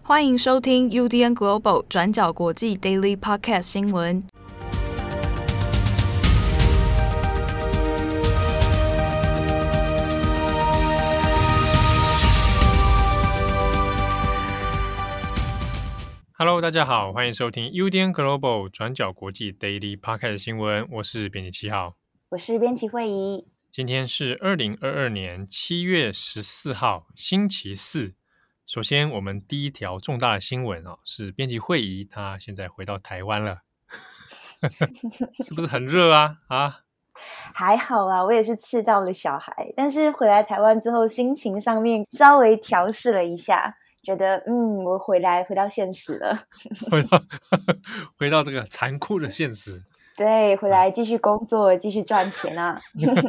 欢迎收听 UDN Global 转角国际 Daily Podcast 新闻。 Hello， 大家好，欢迎收听 UDN Global 转角国际 Daily Podcast 新闻，我是编辑7号， 我是编辑慧仪。 今天是2022年7月14号，星期四。首先，我们第一条重大的新闻是编辑慧仪她现在回到台湾了，是不是很热啊？ 还好啊，我也是刺到了小孩，但是回来台湾之后，心情上面稍微调试了一下。觉得我回到现实了， 回到这个残酷的现实。 对，回来继续工作，继续赚钱啊。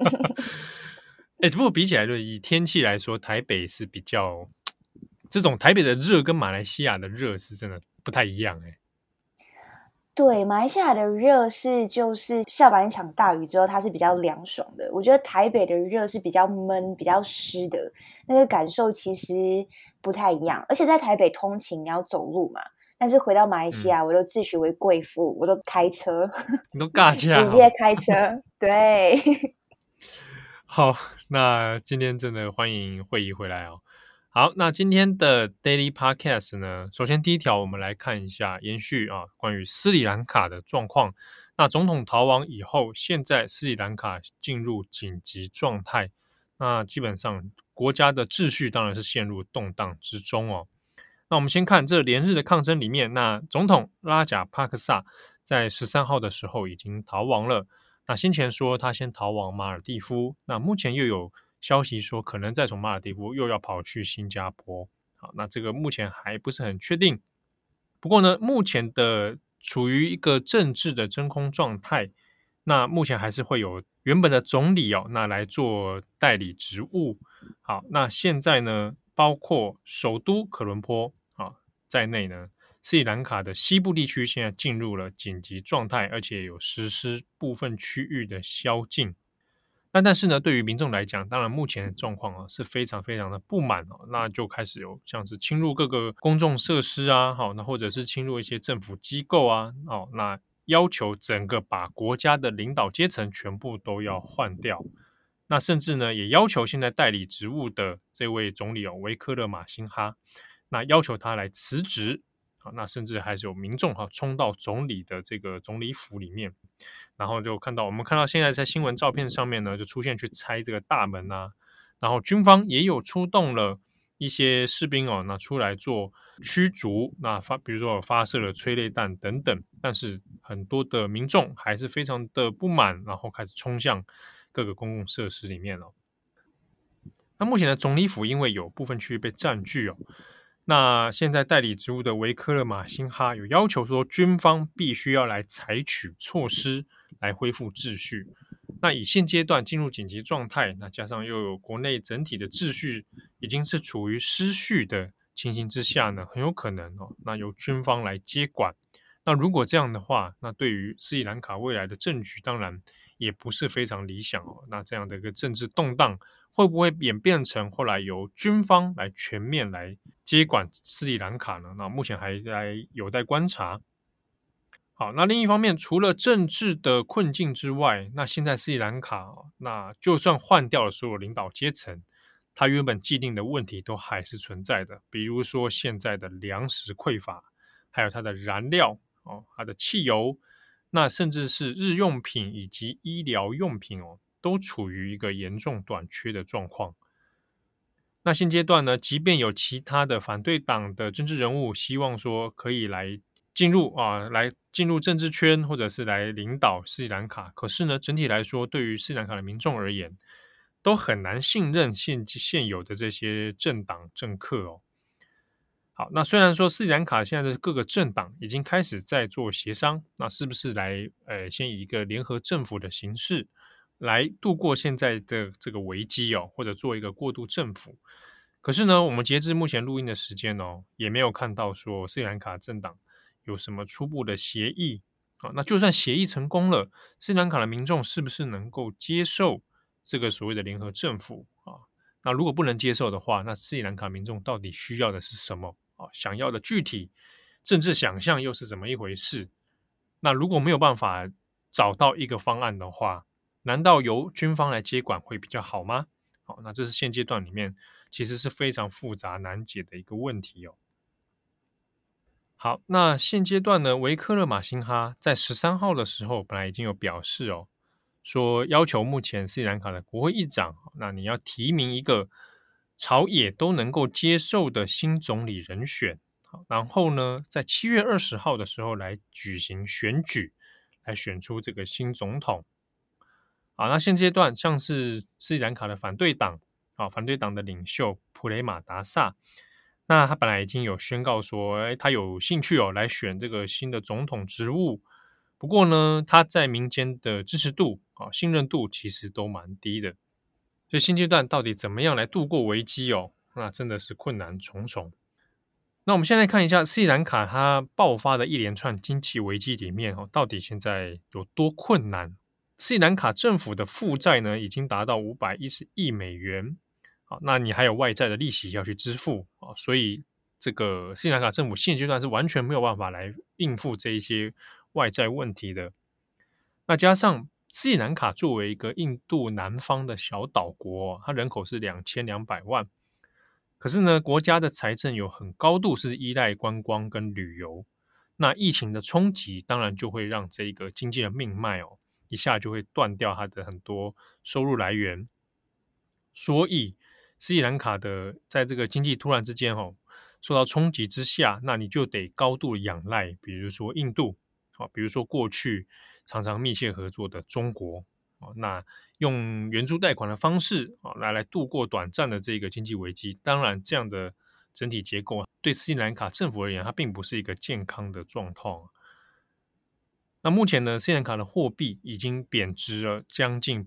不过比起来，以天气来说，台北是比较这种台北的热跟马来西亚的热是真的不太一样对，马来西亚的热就是下完一场大雨之后，它是比较凉爽的。我觉得台北的热是比较闷、比较湿的，那个感受其实不太一样。而且在台北通勤你要走路嘛，但是回到马来西亚，我都自诩为贵妇，我都开车， 你都尬驾直接开车，对。 好，那今天真的欢迎慧仪回来哦。好，那今天的 Daily Podcast 呢，首先第一条我们来看一下延续关于斯里兰卡的状况。那总统逃亡以后，现在斯里兰卡进入紧急状态，那基本上国家的秩序当然是陷入动荡之中哦。那我们先看这连日的抗争里面，那总统拉贾帕克萨在13号的时候已经逃亡了。那先前说他先逃往马尔地夫，那目前又有消息说可能再从马尔地夫又要跑去新加坡。好，那这个目前还不是很确定。不过呢，目前的处于一个政治的真空状态，那目前还是会有原本的总理那来做代理职务。好，那现在呢，包括首都科伦坡在内呢，斯里兰卡的西部地区现在进入了紧急状态，而且有实施部分区域的宵禁。但是呢，对于民众来讲，当然目前的状况是非常非常的不满那就开始有像是侵入各个公众设施那或者是侵入一些政府机构那要求整个把国家的领导阶层全部都要换掉。那甚至呢，也要求现在代理职务的这位总理维科勒马辛哈，那要求他来辞职。那甚至还是有民众冲到总理的这个总理府里面，然后就我们看到现在在新闻照片上面呢，就出现去拆这个大门然后军方也有出动了一些士兵那出来做驱逐，那比如说发射了催泪弹等等，但是很多的民众还是非常的不满，然后开始冲向各个公共设施里面那目前的总理府因为有部分区域被占据那现在代理职务的维科勒马辛哈有要求说，军方必须要来采取措施来恢复秩序。那以现阶段进入紧急状态，那加上又有国内整体的秩序已经是处于失序的情形之下呢，很有可能那由军方来接管。那如果这样的话，那对于斯里兰卡未来的政局当然也不是非常理想那这样的一个政治动荡会不会演变成后来由军方来全面来接管斯里兰卡呢？那目前还有待观察。好，那另一方面，除了政治的困境之外，那现在斯里兰卡那就算换掉了所有领导阶层，它原本既定的问题都还是存在的，比如说现在的粮食匮乏，还有它的燃料它的汽油，那甚至是日用品以及医疗用品都处于一个严重短缺的状况。那现阶段呢，即便有其他的反对党的政治人物希望说可以来进入政治圈，或者是来领导斯里兰卡，可是呢，整体来说，对于斯里兰卡的民众而言，都很难信任现有的这些政党政客好，那虽然说斯里兰卡现在的各个政党已经开始在做协商，那是不是来先以一个联合政府的形式来度过现在的这个危机或者做一个过渡政府？可是呢，我们截至目前录音的时间也没有看到说斯里兰卡政党有什么初步的协议那就算协议成功了，斯里兰卡的民众是不是能够接受这个所谓的联合政府那如果不能接受的话，那斯里兰卡民众到底需要的是什么想要的具体政治想象又是怎么一回事。那如果没有办法找到一个方案的话，难道由军方来接管会比较好吗？好，那这是现阶段里面其实是非常复杂难解的一个问题哦。好，那现阶段呢，维克勒马辛哈在13号的时候，本来已经有表示哦，说要求目前斯里兰卡的国会议长，那你要提名一个朝野都能够接受的新总理人选，好，然后呢，在7月20号的时候来举行选举，来选出这个新总统。好，那现阶段像是斯里兰卡的反对党，反对党的领袖普雷马达萨，那他本来已经有宣告说，他有兴趣来选这个新的总统职务。不过呢，他在民间的支持度信任度其实都蛮低的。所以现阶段到底怎么样来度过危机那真的是困难重重。那我们现在看一下斯里兰卡它爆发的一连串经济危机里面到底现在有多困难。斯里兰卡政府的负债呢已经达到510亿美元，好，那你还有外债的利息要去支付所以这个斯里兰卡政府现阶段是完全没有办法来应付这一些外债问题的。那加上斯里兰卡作为一个印度南方的小岛国它人口是2200万，可是呢，国家的财政有很高度是依赖观光跟旅游，那疫情的冲击当然就会让这个经济的命脉一下就会断掉它的很多收入来源。所以斯里兰卡的在这个经济突然之间受到冲击之下，那你就得高度仰赖比如说印度比如说过去常常密切合作的中国那用援助贷款的方式来度过短暂的这个经济危机。当然这样的整体结构对斯里兰卡政府而言它并不是一个健康的状况。那目前呢，斯里兰卡的货币已经贬值了将近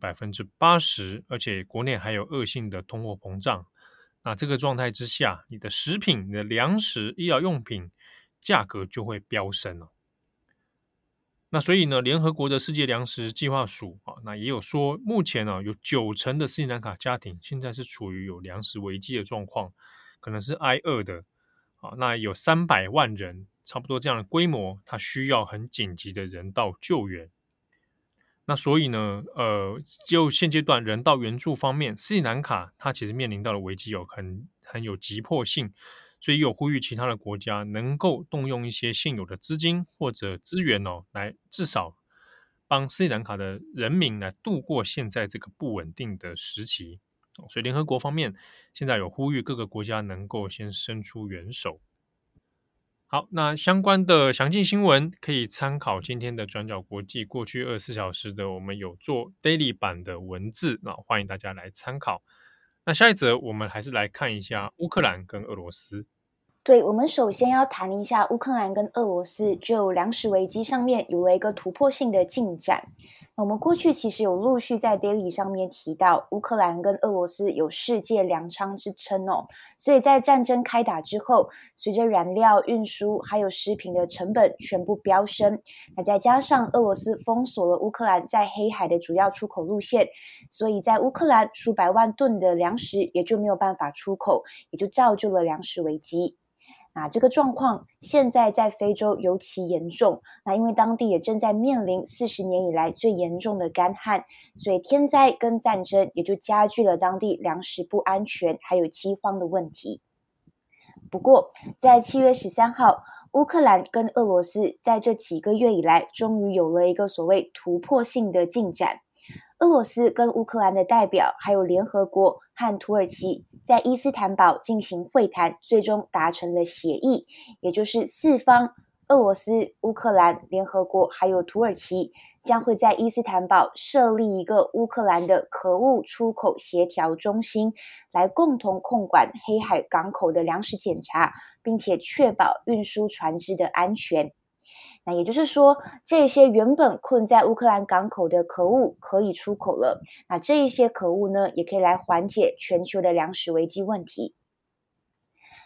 80%， 而且国内还有恶性的通货膨胀。那这个状态之下，你的食品、你的粮食、医疗用品价格就会飙升了。那所以呢，联合国的世界粮食计划署那也有说，目前有90%的斯里兰卡家庭现在是处于有粮食危机的状况，可能是挨饿的那有300万人，差不多这样的规模，它需要很紧急的人道救援。那所以呢，就现阶段人道援助方面，斯里兰卡它其实面临到的危机很有急迫性，所以有呼吁其他的国家能够动用一些现有的资金或者资源来至少帮斯里兰卡的人民来度过现在这个不稳定的时期。所以联合国方面现在有呼吁各个国家能够先伸出援手。好，那相关的详尽新闻可以参考今天的转角国际过去24小时的我们有做 daily 版的文字欢迎大家来参考。那下一则我们还是来看一下乌克兰跟俄罗斯。 对，我们首先要谈一下乌克兰跟俄罗斯就粮食危机上面有了一个突破性的进展。我们过去其实有陆续在 Daily 上面提到，乌克兰跟俄罗斯有世界粮仓之称所以在战争开打之后，随着燃料运输还有食品的成本全部飙升，那再加上俄罗斯封锁了乌克兰在黑海的主要出口路线，所以在乌克兰数百万吨的粮食也就没有办法出口，也就造就了粮食危机。那这个状况现在在非洲尤其严重，那因为当地也正在面临40年以来最严重的干旱，所以天灾跟战争也就加剧了当地粮食不安全还有饥荒的问题。不过在7月13号，乌克兰跟俄罗斯在这几个月以来终于有了一个所谓突破性的进展。俄罗斯跟乌克兰的代表还有联合国和土耳其在伊斯坦堡进行会谈，最终达成了协议，也就是四方俄罗斯、乌克兰、联合国还有土耳其将会在伊斯坦堡设立一个乌克兰的可物出口协调中心，来共同控管黑海港口的粮食检查，并且确保运输船只的安全。那也就是说，这些原本困在乌克兰港口的可物可以出口了，那这一些可物呢，也可以来缓解全球的粮食危机问题。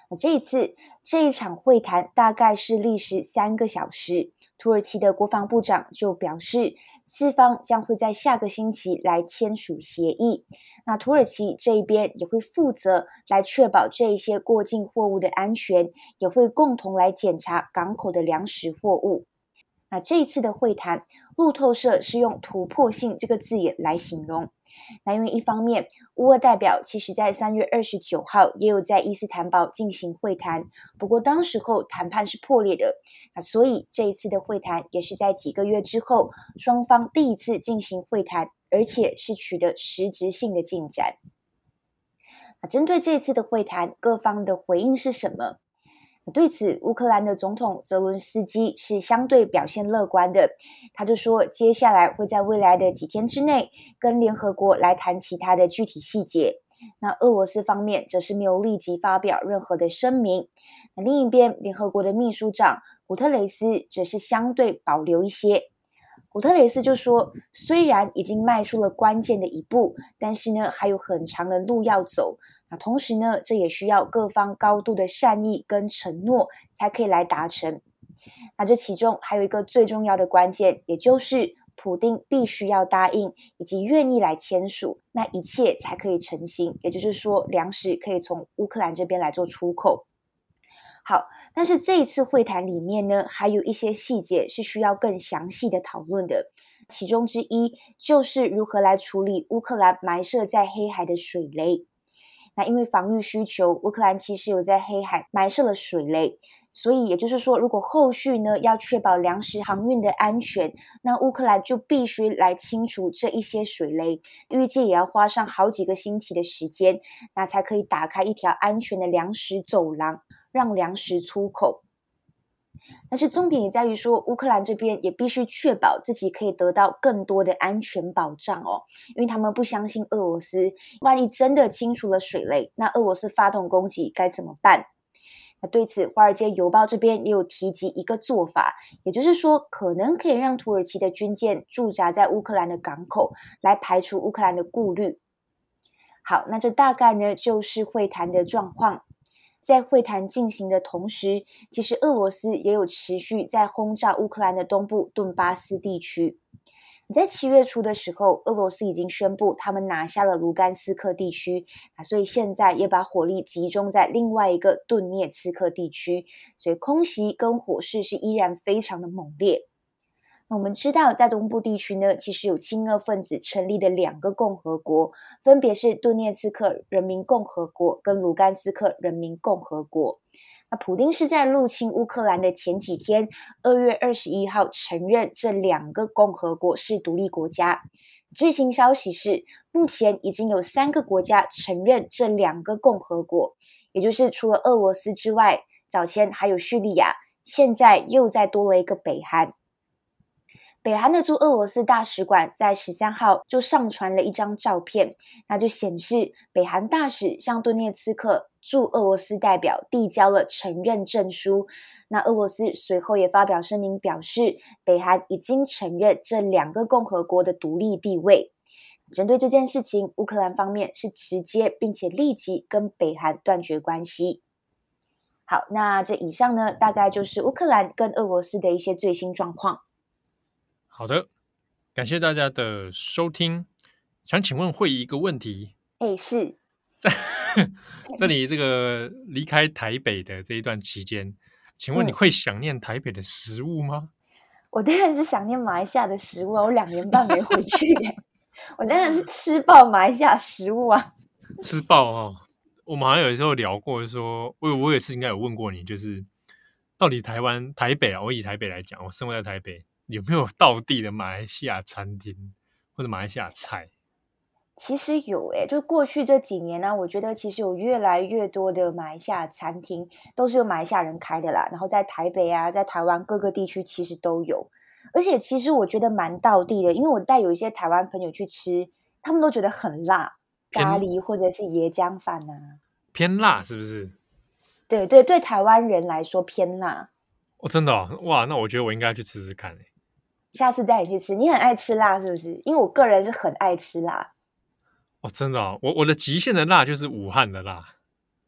那这一场会谈大概是历时3个小时，土耳其的国防部长就表示，四方将会在下个星期来签署协议。那土耳其这一边也会负责来确保这一些过境货物的安全，也会共同来检查港口的粮食货物。那这一次的会谈，路透社是用突破性这个字眼来形容。那因为一方面，乌俄代表其实在3月29号也有在伊斯坦堡进行会谈，不过当时候谈判是破裂的，那所以这一次的会谈也是在几个月之后，双方第一次进行会谈，而且是取得实质性的进展。那针对这一次的会谈，各方的回应是什么？对此，乌克兰的总统泽伦斯基是相对表现乐观的，他就说接下来会在未来的几天之内跟联合国来谈其他的具体细节。那俄罗斯方面则是没有立即发表任何的声明。那另一边，联合国的秘书长古特雷斯则是相对保留一些。古特雷斯就说，虽然已经迈出了关键的一步，但是呢还有很长的路要走。那同时呢，这也需要各方高度的善意跟承诺才可以来达成。那这其中还有一个最重要的关键，也就是普丁必须要答应以及愿意来签署，那一切才可以成型，也就是说粮食可以从乌克兰这边来做出口。好，但是这一次会谈里面呢，还有一些细节是需要更详细的讨论的，其中之一就是如何来处理乌克兰埋设在黑海的水雷。那因为防御需求，乌克兰其实有在黑海埋设了水雷，所以也就是说，如果后续呢要确保粮食航运的安全，那乌克兰就必须来清除这一些水雷，预计也要花上好几个星期的时间，那才可以打开一条安全的粮食走廊，让粮食出口。但是重点也在于说，乌克兰这边也必须确保自己可以得到更多的安全保障哦，因为他们不相信俄罗斯，万一真的清除了水雷，那俄罗斯发动攻击该怎么办？那对此，《华尔街邮报》这边也有提及一个做法，也就是说，可能可以让土耳其的军舰驻扎在乌克兰的港口，来排除乌克兰的顾虑。好，那这大概呢就是会谈的状况。在会谈进行的同时，其实俄罗斯也有持续在轰炸乌克兰的东部顿巴斯地区。在7月初的时候，俄罗斯已经宣布他们拿下了卢甘斯克地区，所以现在也把火力集中在另外一个顿涅茨克地区，所以空袭跟火势是依然非常的猛烈。我们知道在东部地区呢，其实有亲俄分子成立的2个共和国，分别是顿涅茨克人民共和国跟卢甘斯克人民共和国。那普丁是在入侵乌克兰的前几天2月21号承认这2个共和国是独立国家。最新消息是，目前已经有3个国家承认这2个共和国，也就是除了俄罗斯之外，早前还有叙利亚，现在又再多了一个北韩。北韩的驻俄罗斯大使馆在13号就上传了一张照片，那就显示北韩大使向顿涅茨克驻俄罗斯代表递交了承认证书。那俄罗斯随后也发表声明表示，北韩已经承认这2个共和国的独立地位。针对这件事情，乌克兰方面是直接并且立即跟北韩断绝关系。好，那这以上呢，大概就是乌克兰跟俄罗斯的一些最新状况。 好的，感谢大家的收听。想请问会议一个问题， 是在你这个离开台北的这一段期间，请问你会想念台北的食物吗？ 我当然是想念马来西亚的食物啊，我2年半没回去耶我当然是吃爆马来西亚食物啊。 吃爆哦！我们好像有时候聊过说，我也是应该有问过你，就是到底台北啊，我以台北来讲，我生活在台北，有没有道地的马来西亚餐厅或者马来西亚菜？ 其实有就过去这几年呢，我觉得其实有越来越多的马来西亚餐厅都是由马来西亚人开的啦，然后在台北啊，在台湾各个地区其实都有，而且其实我觉得蛮道地的，因为我带有一些台湾朋友去吃，他们都觉得很辣，咖喱或者是椰浆饭啊， 偏辣是不是？ 对对，对台湾人来说偏辣。 真的哦，哇，那我觉得我应该去吃吃看下次带你去吃，你很爱吃辣是不是？因为我个人是很爱吃辣。 真的哦，我的极限的辣就是武汉的辣，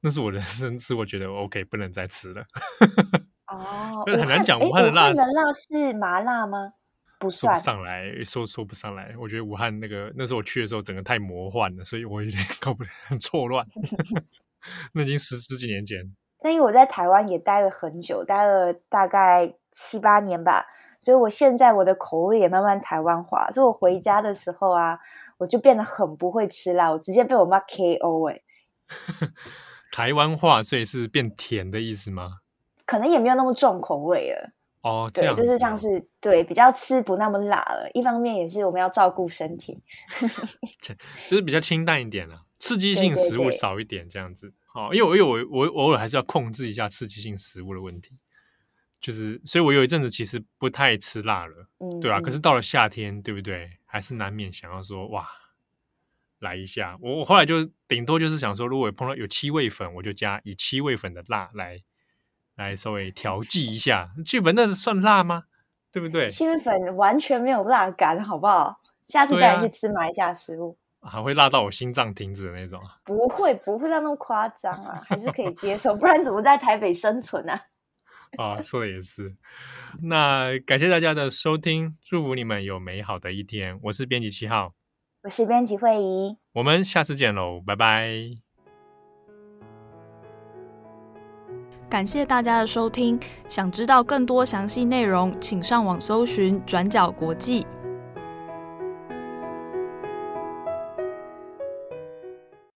那是我人生吃我觉得 OK 不能再吃了。 哦， 但很难讲武汉的辣武汉的辣是麻辣吗？不说不算。 上来，说不上来。我觉得武汉那时候我去的时候，整个太魔幻了，所以我有点搞不很错乱。那已经十几年前。 但因为我在台湾也待了很久，待了大概7、8年吧，所以我现在我的口味也慢慢台湾化。所以我回家的时候啊，我就变得很不会吃辣，我直接被我妈 KO 台湾话，所以是变甜的意思吗？ 可能也没有那么重口味了。 哦，这对， 样子就是像是对比较吃不那么辣了。一方面也是我们要照顾身体， 就是比较清淡一点啦，刺激性食物少一点这样子。好，因为我偶尔还是要控制一下刺激性食物的问题。就是所以我有一阵子其实不太吃辣了，对啊，可是到了夏天对不对，还是难免想要说哇来一下。我后来就顶多就是想说，如果碰到有七味粉，我就加以七味粉的辣来稍微调剂一下。七味粉那算辣吗？对不对？ 七味粉完全没有辣感，好不好？下次带你去吃马来西亚食物， 还会辣到我心脏停止的那种。 不会到那么夸张啊，还是可以接受，不然怎么在台北生存啊？ 啊，说的也是。那感谢大家的收听，祝福你们有美好的一天。我是编辑7号， 我是编辑慧仪， 我们下次见喽，拜拜。 感谢大家的收听，想知道更多详细内容，请上网搜寻转角国际。